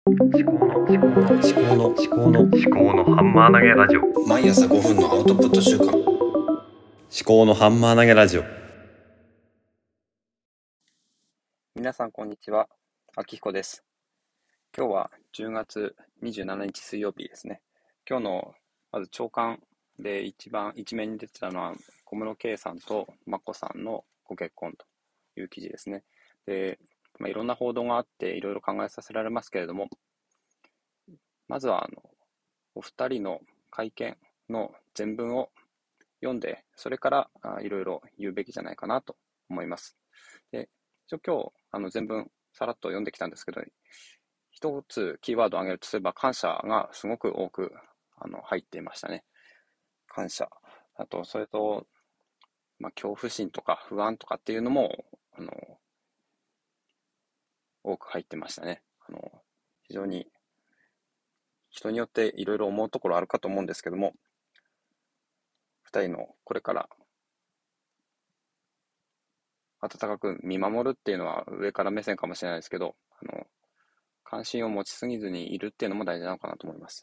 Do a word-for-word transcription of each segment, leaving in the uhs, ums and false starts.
思考の思考の思考の思考の思考のハンマー投げラジオ。 毎朝ごふんのアウトプット週間。 思考のハンマー投げラジオ。 皆さんこんにちは、あきひこです。今日はじゅうがつにじゅうしちにち水曜日ですね。今日のまず朝刊で一番一面に出てたのは小室圭さんと眞子さんのご結婚という記事ですね。で、まあ、いろんな報道があっていろいろ考えさせられますけれども、まずはあのお二人の会見の全文を読んで、それからいろいろ言うべきじゃないかなと思います。で、一応今日あの全文さらっと読んできたんですけど、一つキーワードを挙げるとすれば感謝がすごく多くあの入っていましたね。感謝。あと、それと、まあ、恐怖心とか不安とかっていうのもあの多く入ってましたね。あの非常に人によっていろいろ思うところあるかと思うんですけども、二人のこれから温かく見守るっていうのは上から目線かもしれないですけど、あの関心を持ちすぎずにいるっていうのも大事なのかなと思います。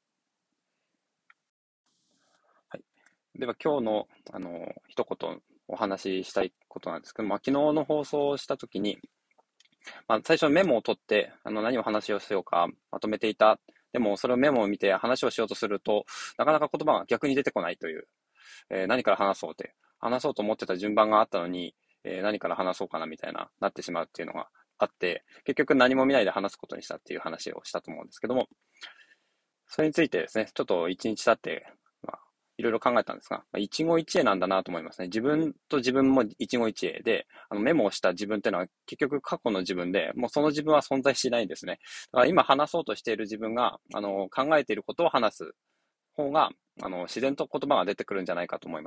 はい、では今日のあの一言お話ししたいことなんですけども、昨日の放送をしたときに、まあ、最初メモを取ってあの何を話をしようかまとめていた。でもそれをメモを見て話をしようとするとなかなか言葉が逆に出てこないという、えー、何から話そうって話そうと思ってた順番があったのに、えー、何から話そうかなみたいななってしまうっていうのがあって、結局何も見ないで話すことにしたっていう話をしたと思うんですけども、それについてですね、ちょっと一日経って、まあ、いろいろ考えたんですが、まあ、一期一会なんだなと思いますね。自分と自分も一期一会で、あのメモをした自分っていうのは結局過去の自分で、もうその自分は存在しないんですね。だから今話そうとしている自分が、あの、考えていることを話す方が、あの、自然と言葉が出てくるんじゃないかと思います。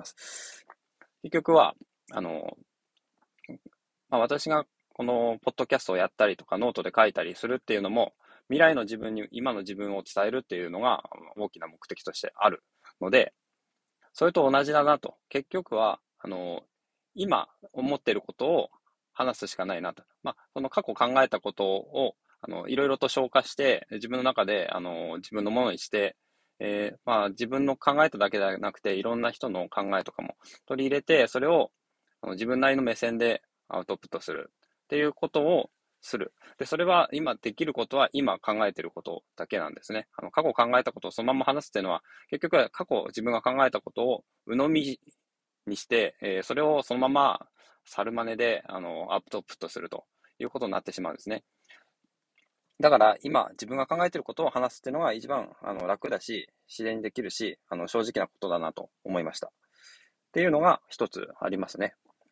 結局は、あの、まあ、私がこのポッドキャストをやったりとかノートで書いたりするっていうのも、未来の自分に今の自分を伝えるっていうのが大きな目的としてあるので、それと同じだなと。結局は、あの、今思っていることを話すしかないなと。まあ、その過去考えたことを、あの、いろいろと消化して、自分の中で、あの、自分のものにして、えー、まあ、自分の考えただけではなくて、いろんな人の考えとかも取り入れて、それをあの自分なりの目線でアウトプットするっていうことをする。で、それは今できることは今考えていることだけなんですね。あの過去考えたことをそのまま話すっていうのは、結局は過去自分が考えたことを鵜呑みにして、えー、それをそのまま猿真似であのアウトプットするということになってしまうんですね。だから今自分が考えていることを話すっていうのが一番あの楽だし、自然にできるし、あの正直なことだなと思いました。っていうのが一つありますね。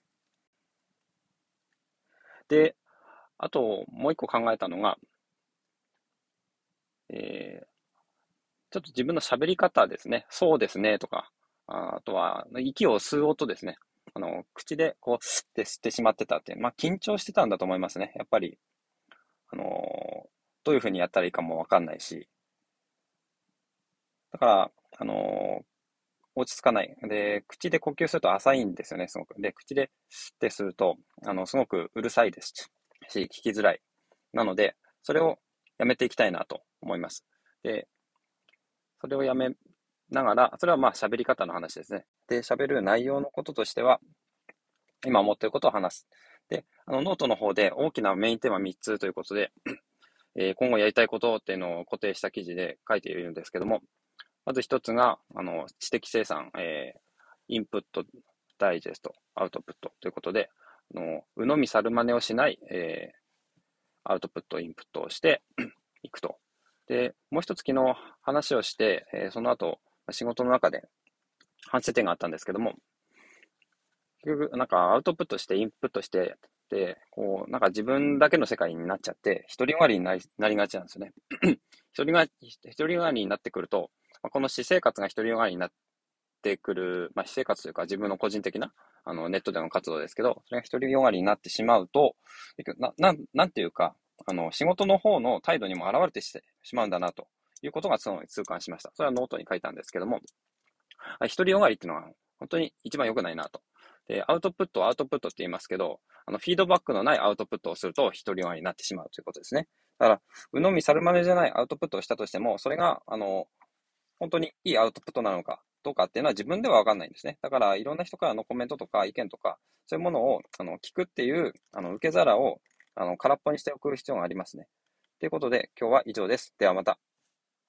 で、あともう一個考えたのが、えー、ちょっと自分の喋り方ですね。そうですねとか、あとは息を吸う音ですね。あの、口でこう、吸って吸ってしまってたって、まあ緊張してたんだと思いますね。やっぱり、あのーどういうふうにやったらいいかもわかんないし。だから、あのー落ち着かない。で、口で呼吸すると浅いんですよね、すごく。で、口で吸ってすると、あの、すごくうるさいですし、聞きづらい。なので、それをやめていきたいなと思います。で、それをやめながら、それはまあ喋り方の話ですね。で、喋る内容のこととしては、今思っていることを話す。で、あのノートの方で大きなメインテーマみっつということで、えー今後やりたいことっていうのを固定した記事で書いているんですけども、まず一つが、あの、知的生産、えーインプット、ダイジェスト、アウトプットということで、あの、鵜呑み猿真似をしない、えーアウトプット、インプットをしていくと。で、もう一つ昨日話をして、えーその後、仕事の中で反省点があったんですけども、結局、なんかアウトプットして、インプットして、で、こう、なんか自分だけの世界になっちゃって、独りよがりになりなりがちなんですよね。一人が、一人よがりになってくると、まあこの私生活が独りよがりになってくる、まあ、私生活というか自分の個人的な、あの、ネットでの活動ですけど、それが独りよがりになってしまうと、な、な、なんていうか、あの、仕事の方の態度にも現れてしまうんだな、ということが痛感しました。それはノートに書いたんですけども、独りよがりっていうのは本当に一番良くないなと。で、アウトプットはアウトプットって言いますけど、あの、フィードバックのないアウトプットをすると独りよがりになってしまうということですね。 だから、鵜呑み猿真似じゃないアウトプットをしたとしても、それが、あの、本当にいいアウトプットなのかどうかっていうのは自分ではわかんないんですね。だから、いろんな人からのコメントとか意見とか、そういうものをあの聞くっていう、あの、受け皿をあの空っぽにしておく必要がありますね。ということで、今日は以上です。ではまた。